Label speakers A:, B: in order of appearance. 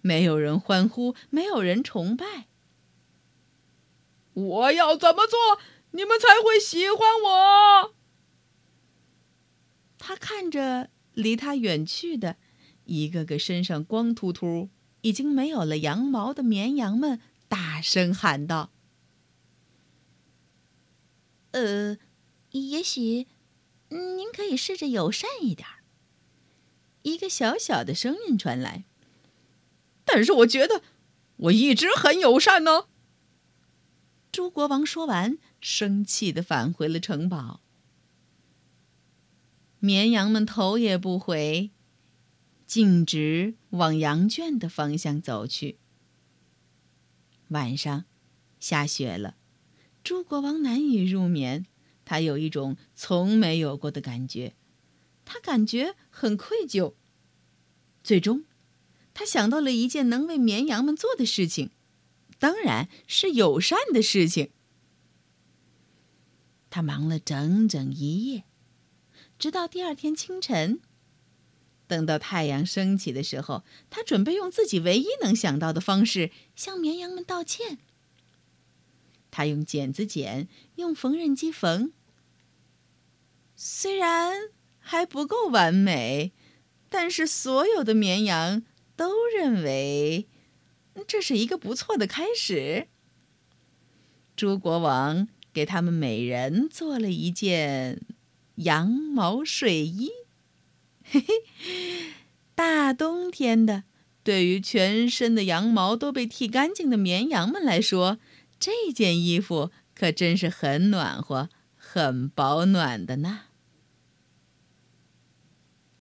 A: 没有人欢呼，没有人崇拜。
B: 我要怎么做，你们才会喜欢我？
A: 他看着离他远去的一个个身上光秃秃、已经没有了羊毛的绵羊们，大声喊道：也许您可以试着友善一点。一个小小的声音传来。
B: 但是我觉得我一直很友善呢。
A: 猪国王说完，生气地返回了城堡。绵羊们头也不回，径直往羊圈的方向走去。晚上下雪了，猪国王难以入眠，他有一种从没有过的感觉，他感觉很愧疚。最终他想到了一件能为绵羊们做的事情，当然是友善的事情。他忙了整整一夜，直到第二天清晨。等到太阳升起的时候，他准备用自己唯一能想到的方式向绵羊们道歉。他用剪子剪，用缝纫机缝。虽然还不够完美，但是所有的绵羊都认为这是一个不错的开始。猪国王给他们每人做了一件羊毛睡衣。嘿嘿，大冬天的，对于全身的羊毛都被剃干净的绵羊们来说，这件衣服可真是很暖和、很保暖的呢。